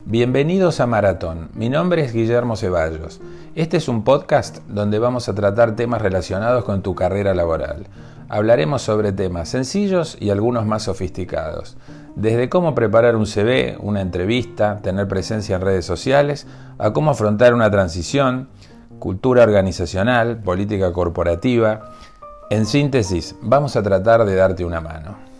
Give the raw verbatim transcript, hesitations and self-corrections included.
Bienvenidos a Maratón, mi nombre es Guillermo Ceballos. Este es un podcast donde vamos a tratar temas relacionados con tu carrera laboral. Hablaremos sobre temas sencillos y algunos más sofisticados, desde cómo preparar un C V, una entrevista, tener presencia en redes sociales, a cómo afrontar una transición, cultura organizacional, política corporativa. En síntesis, vamos a tratar de darte una mano.